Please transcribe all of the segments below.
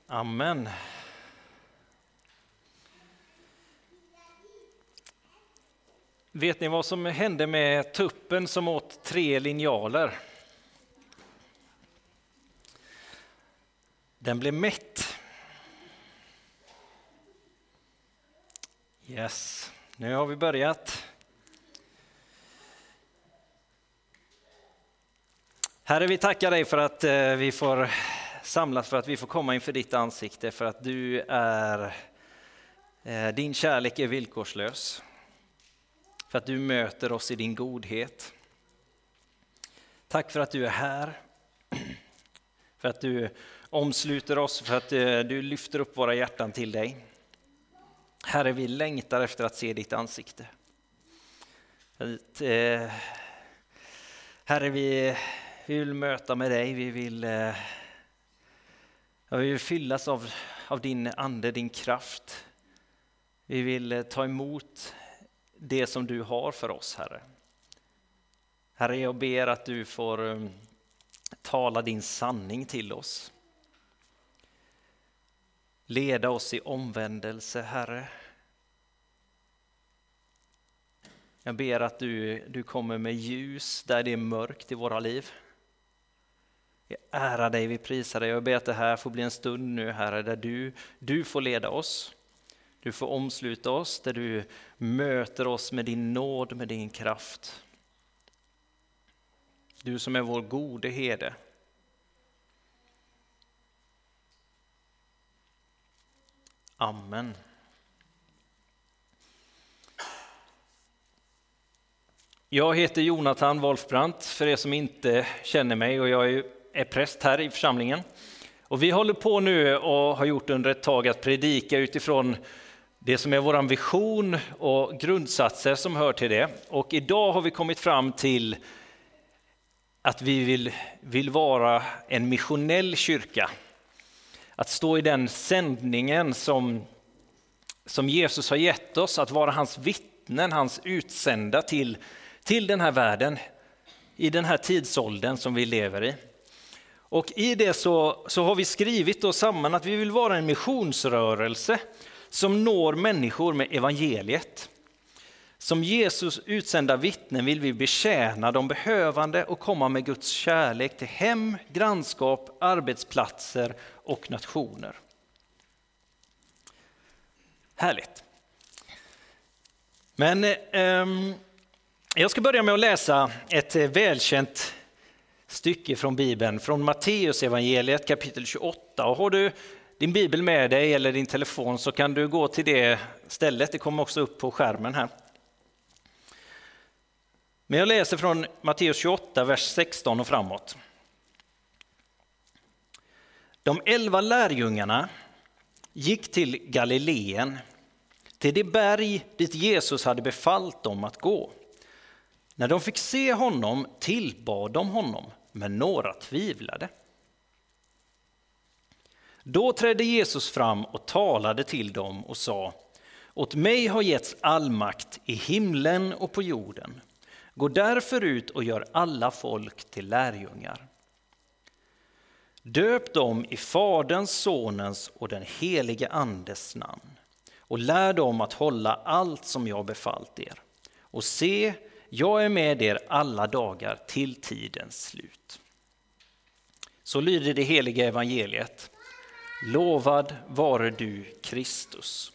Amen. Vet ni vad som hände med tuppen som åt 3 linjaler? Den blev mätt. Yes, nu har vi börjat. Herre, vi tackar dig för att vi får samlas, för att vi får komma inför ditt ansikte, för att du är, din kärlek är villkorslös. För att du möter oss i din godhet. Tack för att du är här. För att du omsluter oss, för att du lyfter upp våra hjärtan till dig. Herre, vi längtar efter att se ditt ansikte. Herre, vi vill möta med dig. Vi vill fyllas av din ande, din kraft. Vi vill ta emot det som du har för oss, Herre. Herre, jag ber att du får tala din sanning till oss. Leda oss i omvändelse, Herre. Jag ber att du kommer med ljus där det är mörkt i våra liv. Vi ärar dig, vi prisar dig. Jag ber att det här får bli en stund nu, Herre, där du får leda oss. Du får omsluta oss, där du möter oss med din nåd, med din kraft. Du som är vår gode herde. Amen. Jag heter Jonathan Wolfbrandt, för er som inte känner mig, och jag är präst här i församlingen. Och vi håller på nu och har gjort under ett tag att predika utifrån det som är vår vision och grundsatser som hör till det. Och idag har vi kommit fram till att vi vill vara en missionell kyrka. Att stå i den sändningen som Jesus har gett oss, att vara hans vittnen, hans utsända till den här världen, i den här tidsåldern som vi lever i. Och i det så har vi skrivit då samman att vi vill vara en missionsrörelse som når människor med evangeliet. Som Jesus utsända vittnen vill vi betjäna de behövande och komma med Guds kärlek till hem, grannskap, arbetsplatser och nationer. Härligt. Men jag ska börja med att läsa ett välkänt stycke från Bibeln, från Matteus evangeliet kapitel 28. Och har du din bibel med dig eller din telefon så kan du gå till det stället. Det kommer också upp på skärmen här. Men jag läser från Matteus 28, vers 16 och framåt. De 11 lärjungarna gick till Galileen, till det berg dit Jesus hade befallt dem att gå. När de fick se honom tillbad de honom, men några tvivlade. Då trädde Jesus fram och talade till dem och sa: åt mig har getts all makt i himlen och på jorden. Gå därför ut och gör alla folk till lärjungar. Döp dem i Faderns, Sonens och den helige Andes namn och lär dem att hålla allt som jag befallt er. Och se, jag är med er alla dagar till tidens slut. Så lyder det heliga evangeliet. Lovad vare du, Kristus.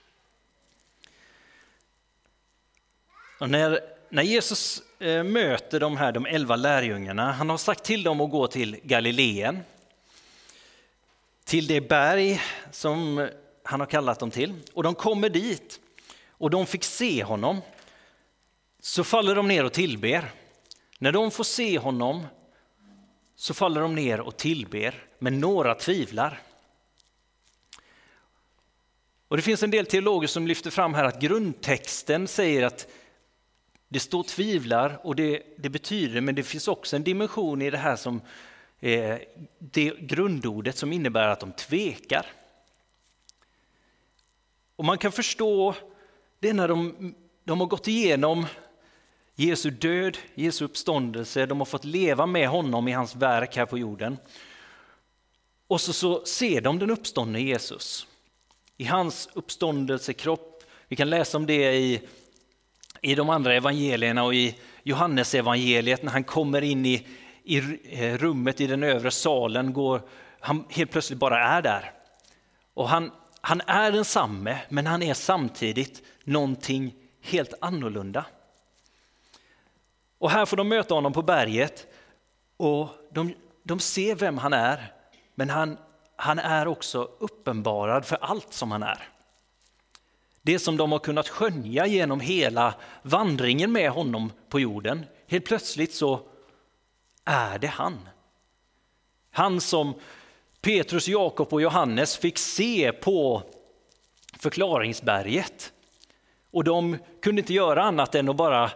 Och när Jesus möter de 11 lärjungarna, han har sagt till dem att gå till Galileen, till det berg som han har kallat dem till. Och de kommer dit och de fick se honom, så faller de ner och tillber. När de får se honom så faller de ner och tillber, men några tvivlar. Och det finns en del teologer som lyfter fram här att grundtexten säger att det står tvivlar, och det betyder, men det finns också en dimension i det här som det grundordet som innebär att de tvekar. Och man kan förstå det när de har gått igenom Jesu död, Jesu uppståndelse, de har fått leva med honom i hans verk här på jorden. Och så ser de den uppståndne Jesus i hans uppståndelsekropp. Vi kan läsa om det i de andra evangelierna och i Johannes evangeliet när han kommer in i rummet i den övre salen. Han helt plötsligt bara är där. Och han är densamme, men han är samtidigt någonting helt annorlunda. Och här får de möta honom på berget och de ser vem han är, men han är också uppenbarad för allt som han är. Det som de har kunnat skönja genom hela vandringen med honom på jorden, helt plötsligt så är det han. Han som Petrus, Jakob och Johannes fick se på förklaringsberget. Och de kunde inte göra annat än att bara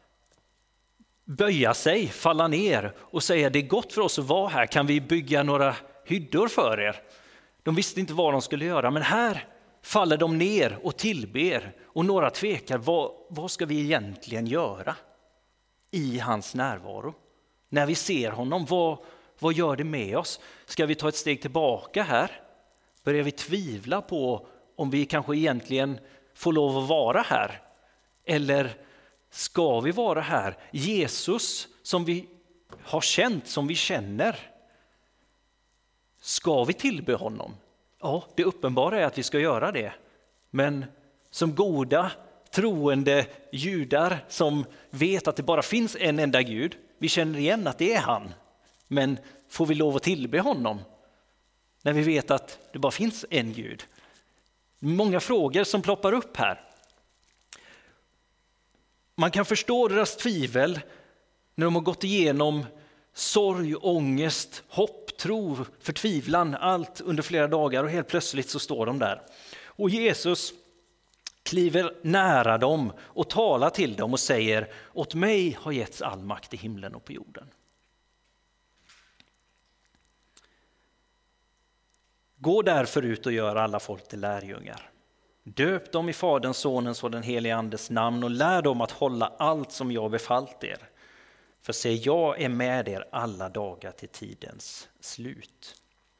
böja sig, falla ner och säga: det är gott för oss att vara här, kan vi bygga några hyddor för er? De visste inte vad de skulle göra, men här faller de ner och tillber, och några tvekar, vad ska vi egentligen göra i hans närvaro? När vi ser honom, vad gör det med oss? Ska vi ta ett steg tillbaka här? Börjar vi tvivla på om vi kanske egentligen får lov att vara här? Eller ska vi vara här? Jesus som vi har känt, som vi känner, ska vi tillbe honom? Ja, det uppenbara är att vi ska göra det. Men som goda, troende judar som vet att det bara finns en enda Gud, vi känner igen att det är han. Men får vi lov att tillbe honom när vi vet att det bara finns en Gud? Många frågor som ploppar upp här. Man kan förstå deras tvivel när de har gått igenom sorg, ångest, hopp, tro, förtvivlan, allt under flera dagar, och helt plötsligt så står de där. Och Jesus kliver nära dem och talar till dem och säger: åt mig har getts all makt i himlen och på jorden. Gå därför ut och gör alla folk till lärjungar. Döp dem i Faderns, Sonens och den helige Andes namn och lär dem att hålla allt som jag befallt er. För se, jag är med er alla dagar till tidens slut.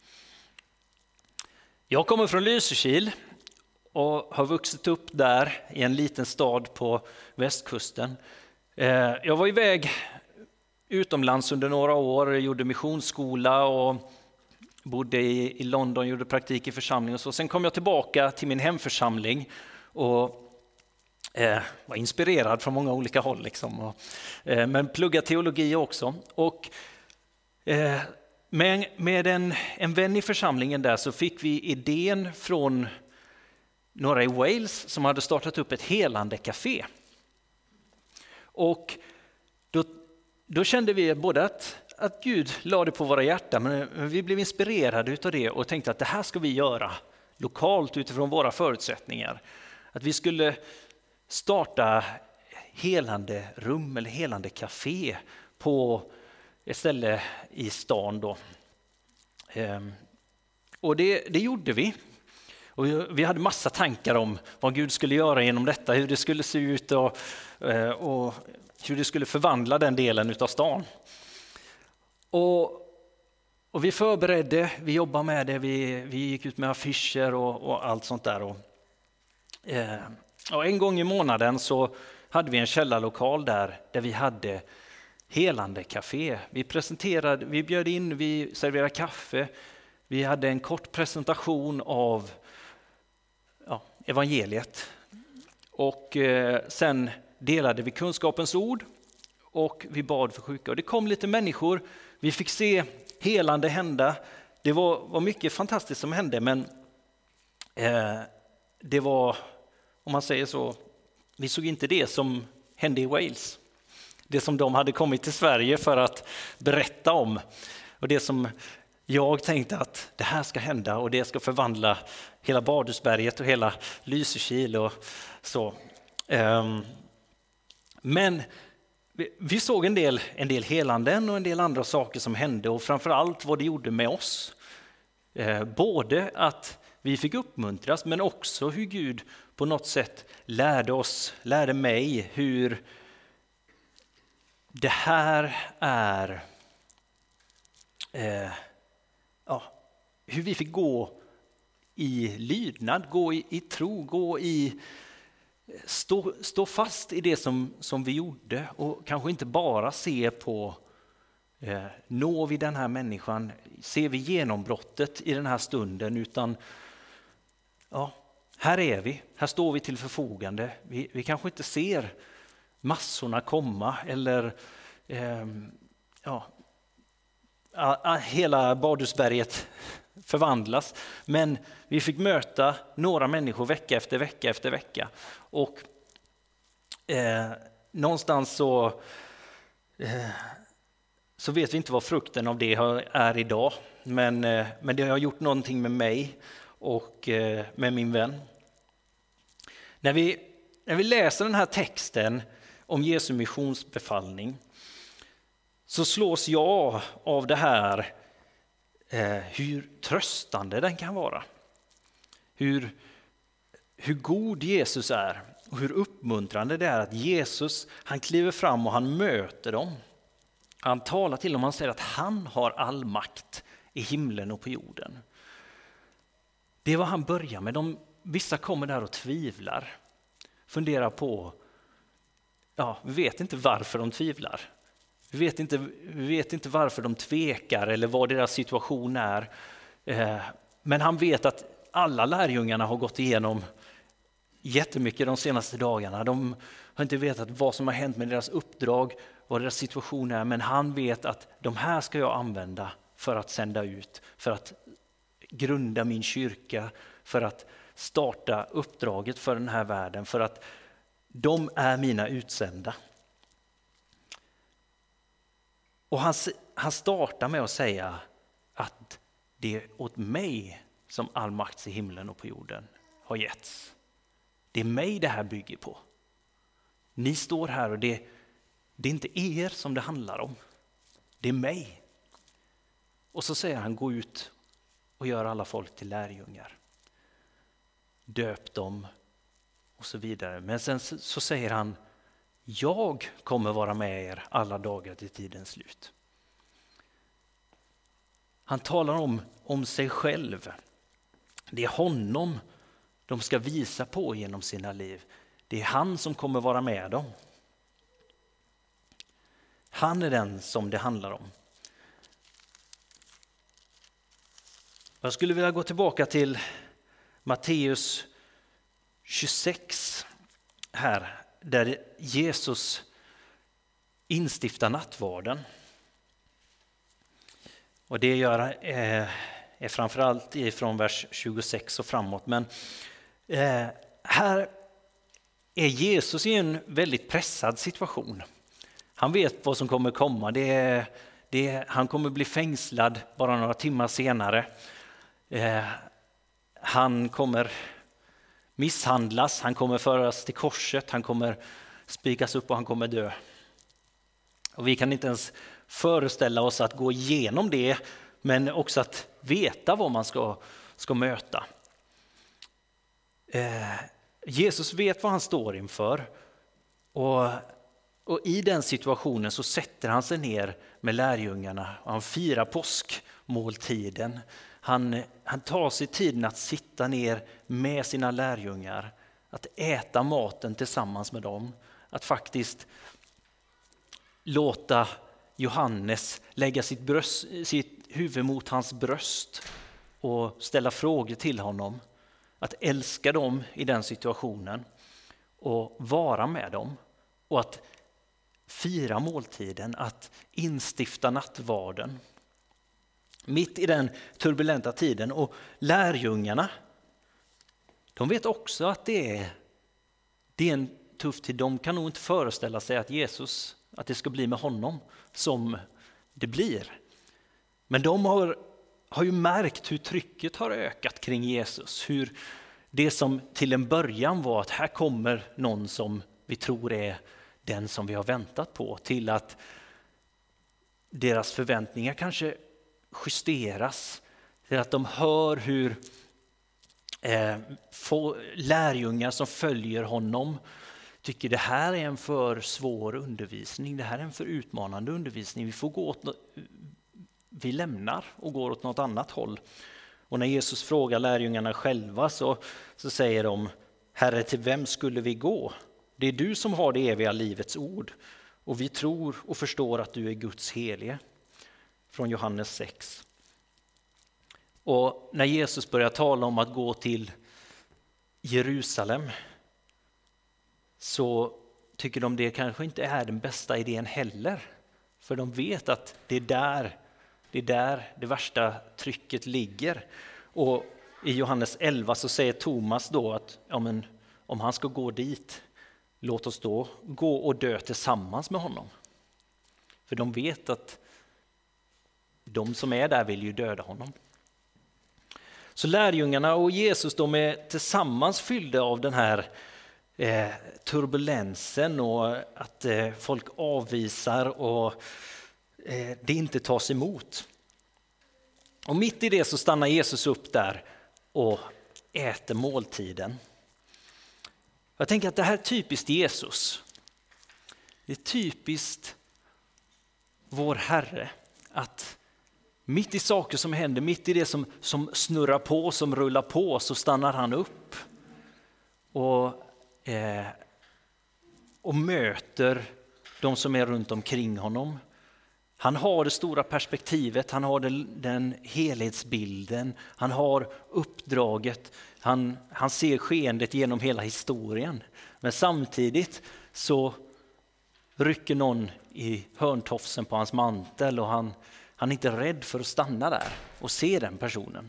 Jag kommer från Lysekil och har vuxit upp där i en liten stad på västkusten. Jag var iväg utomlands under några år, gjorde missionsskola och bodde i London, gjorde praktik i församling och så. Sen kom jag tillbaka till min hemförsamling och var inspirerad från många olika håll liksom. Men pluggade teologi också. Och med en vän i församlingen där så fick vi idén från några i Wales som hade startat upp ett helande café. Och då kände vi både att Gud lade på våra hjärtan, men vi blev inspirerade utav det och tänkte att det här ska vi göra lokalt utifrån våra förutsättningar. Att vi skulle starta helande rum eller helande café på ett ställe i stan då. Och det gjorde vi. Och vi hade massa tankar om vad Gud skulle göra genom detta, hur det skulle se ut och hur det skulle förvandla den delen utav stan. Och vi förberedde, vi jobbade med det, vi gick ut med affischer och allt sånt där. Och en gång i månaden så hade vi en källarlokal där vi hade helande café. Vi bjöd in, vi serverade kaffe, vi hade en kort presentation av evangeliet. Och sen delade vi kunskapens ord och vi bad för sjuka. Och det kom lite människor, vi fick se helande hända. Det var mycket fantastiskt som hände, men det var, om man säger så, vi såg inte det som hände i Wales. Det som de hade kommit till Sverige för att berätta om. Och det som jag tänkte att det här ska hända och det ska förvandla hela Badhusberget och hela Lysekil och så. Men vi såg en del helanden och en del andra saker som hände, och framförallt vad det gjorde med oss. Både att vi fick uppmuntras, men också hur Gud på något sätt lärde mig hur det här är hur vi fick gå i lydnad, gå i tro, stå fast i det som vi gjorde och kanske inte bara se på når vi den här människan, ser vi genombrottet i den här stunden, utan ja, här är vi, här står vi till förfogande. Vi kanske inte ser massorna komma eller hela Badhusberget förvandlas, men vi fick möta några människor vecka efter vecka och någonstans så vet vi inte vad frukten av det är idag, men det har gjort någonting med mig och med min vän. När vi läser den här texten om Jesu missionsbefallning så slås jag av det här hur tröstande den kan vara. Hur god Jesus är och hur uppmuntrande det är att Jesus, han kliver fram och han möter dem. Han talar till dem, han säger att han har all makt i himlen och på jorden. Det är vad han börjar med. Vissa kommer där och tvivlar. Funderar på, vi vet inte varför de tvivlar. Vi vet inte varför de tvekar eller vad deras situation är. Men han vet att alla lärjungarna har gått igenom jättemycket de senaste dagarna. De har inte vetat vad som har hänt med deras uppdrag, vad deras situation är. Men han vet att de här ska jag använda för att sända ut, för att grunda min kyrka, för att starta uppdraget för den här världen, för att de är mina utsända. Och han startar med att säga att det är åt mig som all makt i himlen och på jorden har getts. Det är mig det här bygger på. Ni står här och det är inte er som det handlar om. Det är mig. Och så säger han, gå ut och gör alla folk till lärjungar. Döp dem och så vidare. Men sen så säger han, jag kommer vara med er alla dagar till tidens slut. Han talar om sig själv. Det är honom de ska visa på genom sina liv. Det är han som kommer vara med dem. Han är den som det handlar om. Jag skulle vilja gå tillbaka till Matteus 26 här, där Jesus instiftar nattvarden. Och det är framförallt ifrån vers 26 och framåt. Men här är Jesus i en väldigt pressad situation. Han vet vad som kommer komma. Han kommer bli fängslad bara några timmar senare. Han kommer misshandlas, han kommer föras till korset, han kommer spikas upp och han kommer dö. Och vi kan inte ens föreställa oss att gå igenom det, men också att veta vad man ska möta. Jesus vet vad han står inför, och i den situationen så sätter han sig ner med lärjungarna och han firar påskmåltiden. Han tar sig tiden att sitta ner med sina lärjungar, att äta maten tillsammans med dem, att faktiskt låta Johannes lägga sitt huvud mot hans bröst och ställa frågor till honom, att älska dem i den situationen och vara med dem och att fira måltiden, att instifta nattvarden. Mitt i den turbulenta tiden, och lärjungarna, de vet också att det är en tuff tid. De kan nog inte föreställa sig att det ska bli med honom som det blir. Men de har ju märkt hur trycket har ökat kring Jesus. Hur det som till en början var att här kommer någon som vi tror är den som vi har väntat på, till att deras förväntningar kanske justeras, till att de hör hur lärjungar som följer honom tycker det här är en för svår undervisning, det här är en för utmanande undervisning, vi lämnar och går åt något annat håll. Och när Jesus frågar lärjungarna själva så säger de: Herre, till vem skulle vi gå? Det är du som har det eviga livets ord. Och vi tror och förstår att du är Guds helige. Från Johannes 6. Och när Jesus börjar tala om att gå till Jerusalem så tycker de det kanske inte är den bästa idén heller. För de vet att det är där det värsta trycket ligger. Och i Johannes 11 så säger Thomas då att om han ska gå dit, låt oss då gå och dö tillsammans med honom. För de vet att de som är där vill ju döda honom. Så lärjungarna och Jesus, de är tillsammans fyllda av den här turbulensen och att folk avvisar och det inte tas emot. Och mitt i det så stannar Jesus upp där och äter måltiden. Jag tänker att det här är typiskt Jesus. Det är typiskt vår Herre att mitt i saker som händer, mitt i det som snurrar på, som rullar på, så stannar han upp och möter de som är runt omkring honom. Han har det stora perspektivet, han har den helhetsbilden, han har uppdraget, han ser skeendet genom hela historien. Men samtidigt så rycker någon i hörntofsen på hans mantel och han är inte rädd för att stanna där och se den personen.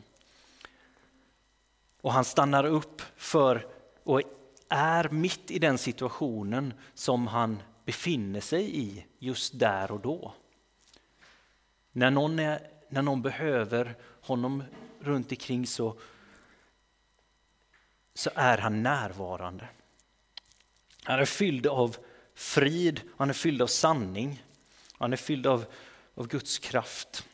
Och han stannar upp och är mitt i den situationen som han befinner sig i just där och då. När någon behöver honom runt omkring så är han närvarande. Han är fylld av frid, han är fylld av sanning, han är fylld av Guds kraft.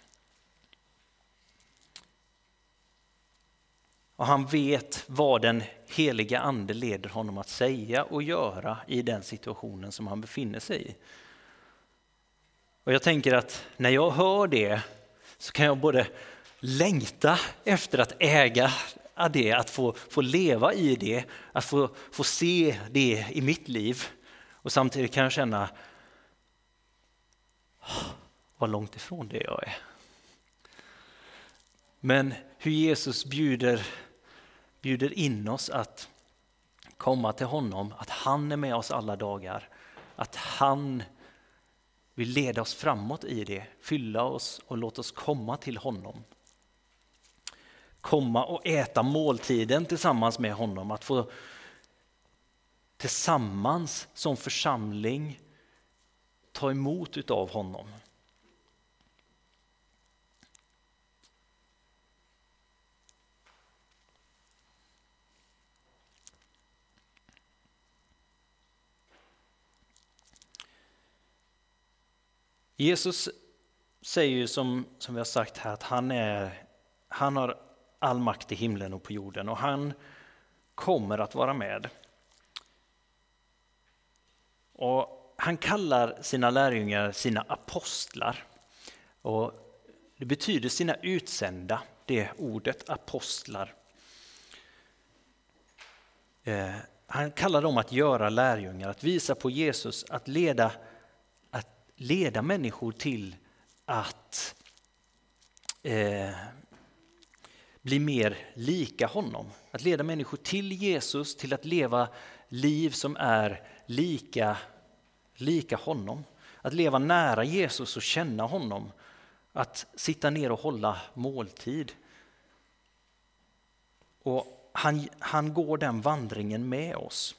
Och han vet vad den heliga ande leder honom att säga och göra i den situationen som han befinner sig i. Och jag tänker att när jag hör det så kan jag både längta efter att äga det, att få leva i det, att få se det i mitt liv. Och samtidigt kan jag känna vad långt ifrån det jag är. Men hur Jesus bjuder in oss att komma till honom, att han är med oss alla dagar, att han vill leda oss framåt i det, fylla oss och låta oss komma till honom. Komma och äta måltiden tillsammans med honom, att få tillsammans som församling ta emot utav honom. Jesus säger ju som vi har sagt här att han har all makt i himlen och på jorden och han kommer att vara med. Och han kallar sina lärjungar sina apostlar. Och det betyder sina utsända, det ordet apostlar. Han kallar dem att göra lärjungar, att visa på Jesus, att leda människor till att bli mer lika honom. Att leda människor till Jesus, till att leva liv som är lika honom. Att leva nära Jesus och känna honom. Att sitta ner och hålla måltid. Och han går den vandringen med oss.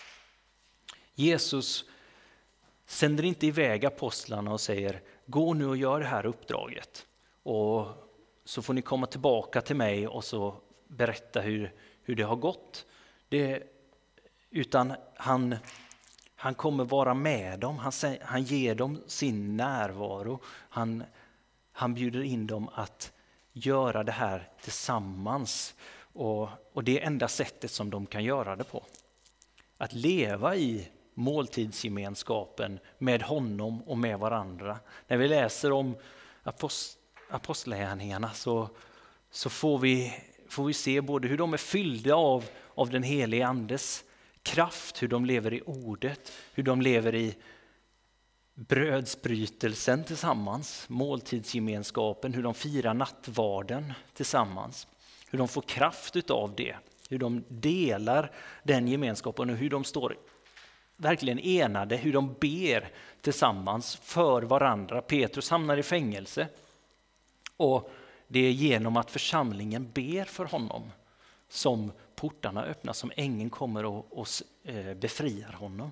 Jesus sänder inte iväg apostlarna och säger: gå nu och gör det här uppdraget. Och så får ni komma tillbaka till mig och så berätta hur det har gått. Utan han kommer vara med dem. Han ger dem sin närvaro. Han bjuder in dem att göra det här tillsammans. Och det är enda sättet som de kan göra det på. Att leva i måltidsgemenskapen med honom och med varandra. När vi läser om apostlagärningarna så får vi se både hur de är fyllda av den helige andes kraft, hur de lever i ordet, hur de lever i brödsbrytelsen tillsammans, måltidsgemenskapen, hur de firar nattvarden tillsammans, hur de får kraft utav det, hur de delar den gemenskapen och hur de står verkligen enade, hur de ber tillsammans för varandra. Petrus hamnar i fängelse och det är genom att församlingen ber för honom som portarna öppnas, som ängeln kommer och befriar honom.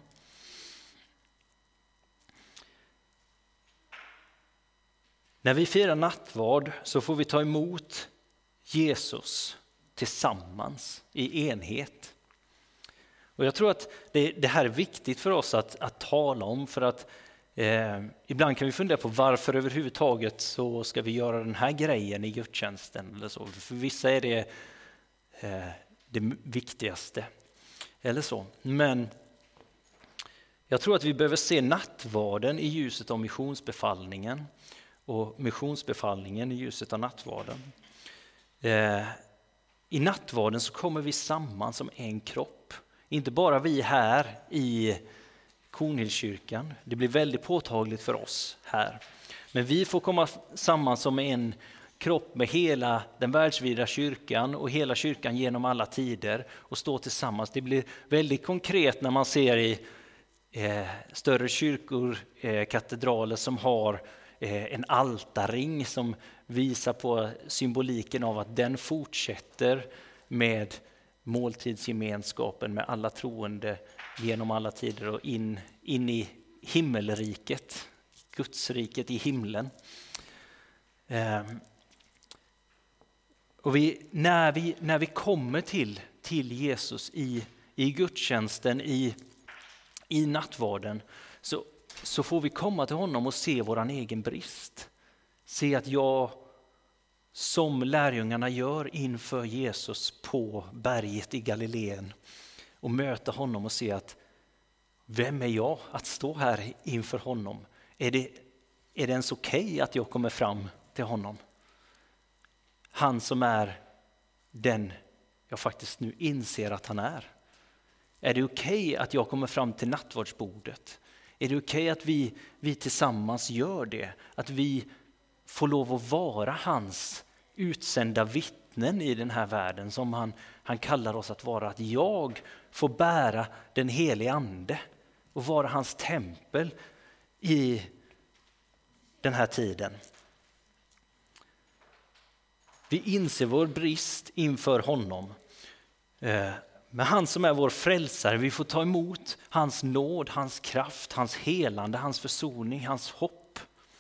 När vi firar nattvard så får vi ta emot Jesus tillsammans i enhet. Och jag tror att det här är viktigt för oss att tala om, för att ibland kan vi fundera på varför överhuvudtaget så ska vi göra den här grejen i gudstjänsten eller så. För vissa är det viktigaste eller så. Men jag tror att vi behöver se nattvarden i ljuset av missionsbefallningen och missionsbefallningen i ljuset av nattvarden. I nattvarden så kommer vi samman som en kropp. Inte bara vi här i Kornhillskyrkan. Det blir väldigt påtagligt för oss här. Men vi får komma samman som en kropp med hela den världsvida kyrkan och hela kyrkan genom alla tider och stå tillsammans. Det blir väldigt konkret när man ser i större kyrkor, katedraler som har en altarring som visar på symboliken av att den fortsätter med måltidsgemenskapen med alla troende genom alla tider och in i himmelriket, Gudsriket i himlen. Och när vi kommer till Jesus i gudstjänsten, i nattvarden, så får vi komma till honom och se våran egen brist. Se att jag, som lärjungarna gör inför Jesus på berget i Galileen, och möta honom och se att vem är jag att stå här inför honom? Är det ens okej att jag kommer fram till honom? Han som är den jag faktiskt nu inser att han är. Är det okej att jag kommer fram till nattvardsbordet? Är det okej att vi tillsammans gör det? Att vi får lov att vara hans utsända vittnen i den här världen som han kallar oss att vara. Att jag får bära den helige ande och vara hans tempel i den här tiden. Vi inser vår brist inför honom. Men han som är vår frälsare, vi får ta emot hans nåd, hans kraft, hans helande, hans försoning, hans hopp.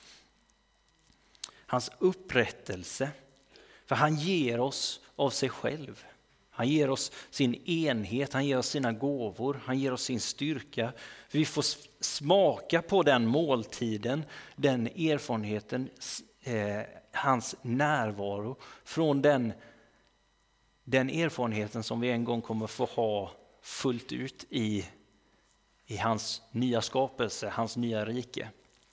Hans upprättelse. För han ger oss av sig själv. Han ger oss sin enhet, han ger oss sina gåvor, han ger oss sin styrka. Vi får smaka på den måltiden, den erfarenheten, hans närvaro från den erfarenheten som vi en gång kommer få ha fullt ut i hans nya skapelse, hans nya rike.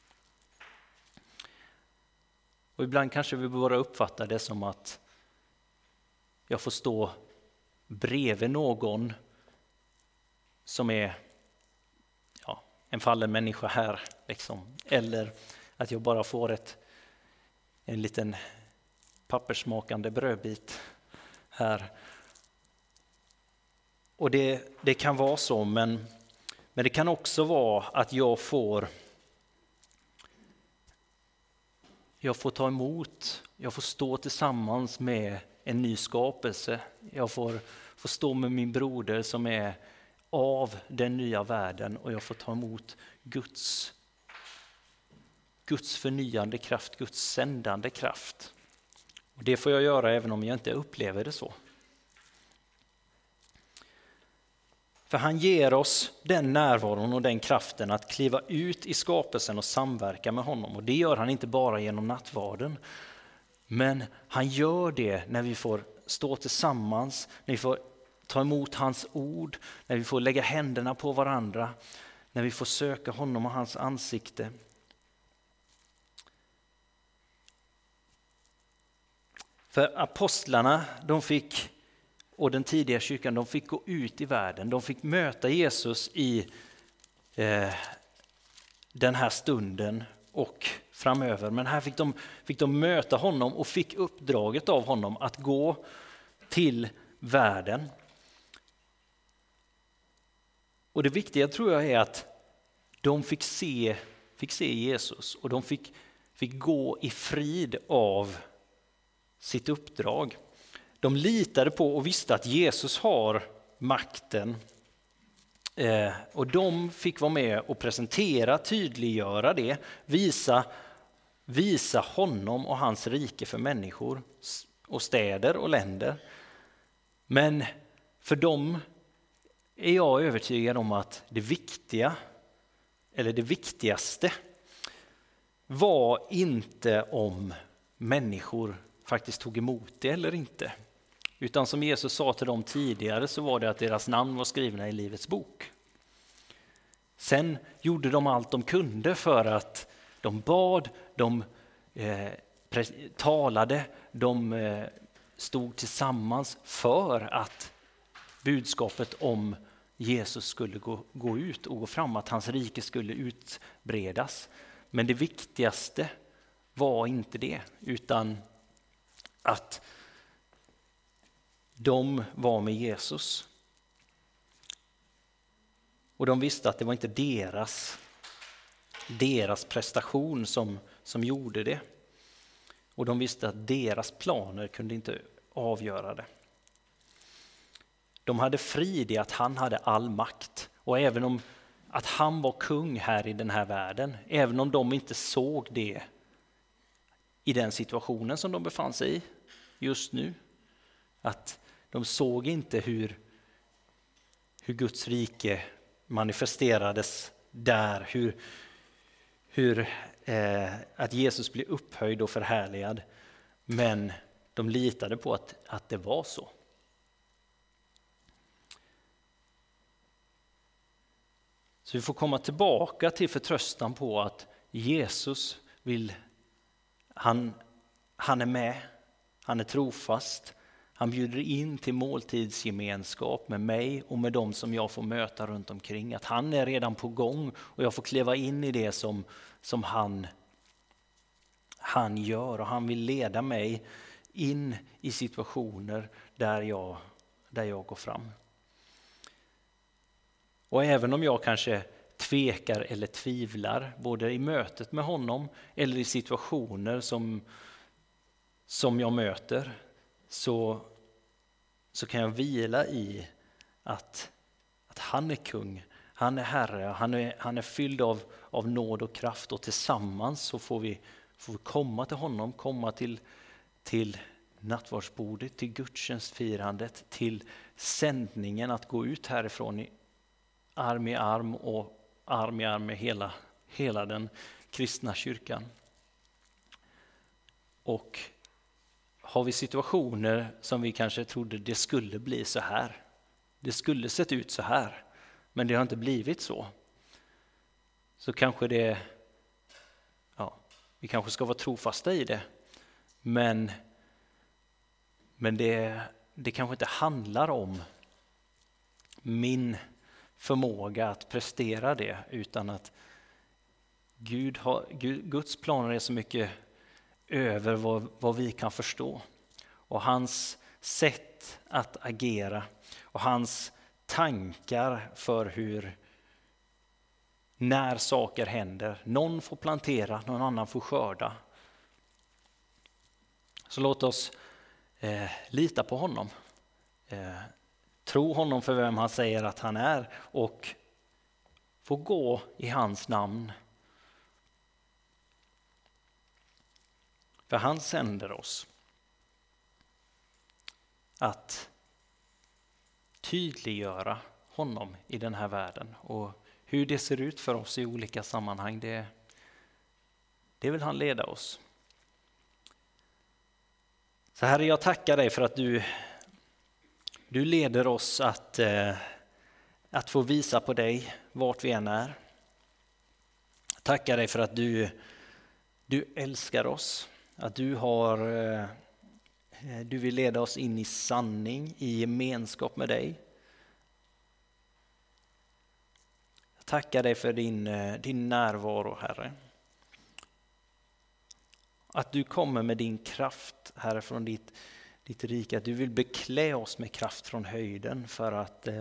Och ibland kanske vi bara uppfattar det som att jag får stå bredvid någon som är en fallen människa här. Liksom. Eller att jag bara får en liten pappersmakande brödbit här. Och det kan vara så, men det kan också vara att jag får ta emot, jag får stå tillsammans med en ny skapelse. Jag får stå med min broder som är av den nya världen och jag får ta emot Guds förnyande kraft, Guds sändande kraft. Och det får jag göra även om jag inte upplever det så. För han ger oss den närvaron och den kraften att kliva ut i skapelsen och samverka med honom. Och det gör han inte bara genom nattvarden. Men han gör det när vi får stå tillsammans, när vi får ta emot hans ord, när vi får lägga händerna på varandra, när vi får söka honom och hans ansikte. För apostlarna, och den tidiga kyrkan, de fick gå ut i världen. De fick möta Jesus i den här stunden och framöver. Men här fick de möta honom och fick uppdraget av honom att gå till världen. Och det viktiga tror jag är att de fick se Jesus och de fick gå i frid av sitt uppdrag. De litade på och visste att Jesus har makten. Och de fick vara med och presentera, tydliggöra det, visa honom och hans rike för människor och städer och länder. Men för dem är jag övertygad om att det viktigaste var inte om människor faktiskt tog emot det eller inte. Utan som Jesus sa till dem tidigare så var det att deras namn var skrivna i livets bok. Sen gjorde de allt de kunde för att de bad, de talade, de stod tillsammans för att budskapet om Jesus skulle gå ut och gå fram, att hans rike skulle utbredas. Men det viktigaste var inte det, utan att de var med Jesus. Och de visste att det var inte deras prestation som gjorde det. Och de visste att deras planer kunde inte avgöra det. De hade frid i att han hade all makt. Och även om att han var kung här i den här världen, även om de inte såg det i den situationen som de befann sig i just nu, att de såg inte hur Guds rike manifesterades där, hur att Jesus blev upphöjd och förhärligad, men de litade på att det var så. Så vi får komma tillbaka till förtröstan på att Jesus han är med, han är trofast, han bjuder in till måltidsgemenskap med mig och med dem som jag får möta runt omkring. Att han är redan på gång och jag får kliva in i det som han gör. Och han vill leda mig in i situationer där jag går fram. Och även om jag kanske tvekar eller tvivlar, både i mötet med honom eller i situationer som jag möter, så kan jag vila i att han är kung, han är herre, han är fylld av nåd och kraft, och tillsammans så får vi komma till honom, komma till nattvardsbordet, till gudstjänstfirandet, till sändningen, att gå ut härifrån i arm i arm och arm i arm med hela den kristna kyrkan. Och har vi situationer som vi kanske trodde det skulle bli så här, det skulle sett ut så här, men det har inte blivit så kanske vi kanske ska vara trofasta i det, men det kanske inte handlar om min förmåga att prestera det, utan att Guds planer är så mycket över vad vi kan förstå. Och hans sätt att agera och hans tankar för när saker händer. Någon får plantera, någon annan får skörda. Så låt oss lita på honom. Tro honom för vem han säger att han är och få gå i hans namn. För han sänder oss att tydliggöra honom i den här världen. Och hur det ser ut för oss i olika sammanhang, det vill han leda oss. Så Herre, jag tackar dig för att du leder oss att få visa på dig vart vi än är. Jag tackar dig för att du älskar oss. Att du har Du vill leda oss in i sanning, i gemenskap med dig. Jag tackar dig för din närvaro, Herre. Att du kommer med din kraft, Herre, från ditt rike. Att du vill beklä oss med kraft från höjden för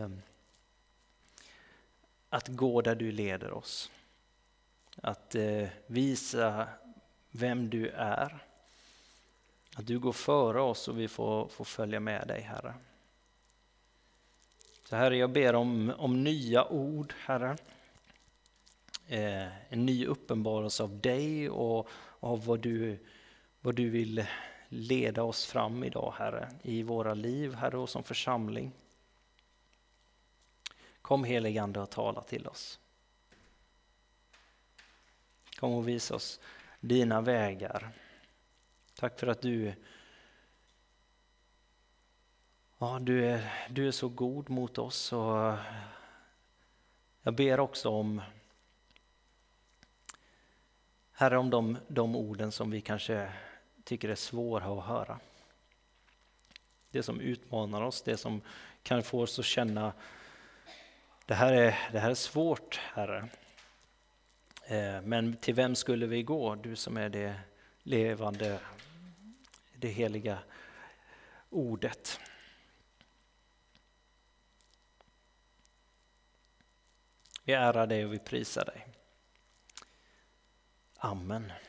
att gå där du leder oss. Att visa vem du är. Att du går före oss och vi får följa med dig, Herre. Så Herre, jag ber om nya ord, Herre. En ny uppenbarelse av dig och av vad du vill leda oss fram idag, Herre. I våra liv, Herre, och som församling. Kom helige Ande och tala till oss. Kom och visa oss dina vägar. Tack för att du är så god mot oss. Och jag ber också om, Herre, om de orden som vi kanske tycker är svåra att höra. Det som utmanar oss, det som kan få oss att känna det här är svårt, Herre. Men till vem skulle vi gå? Du som är det levande, det heliga ordet. Vi ärar dig och vi prisar dig. Amen.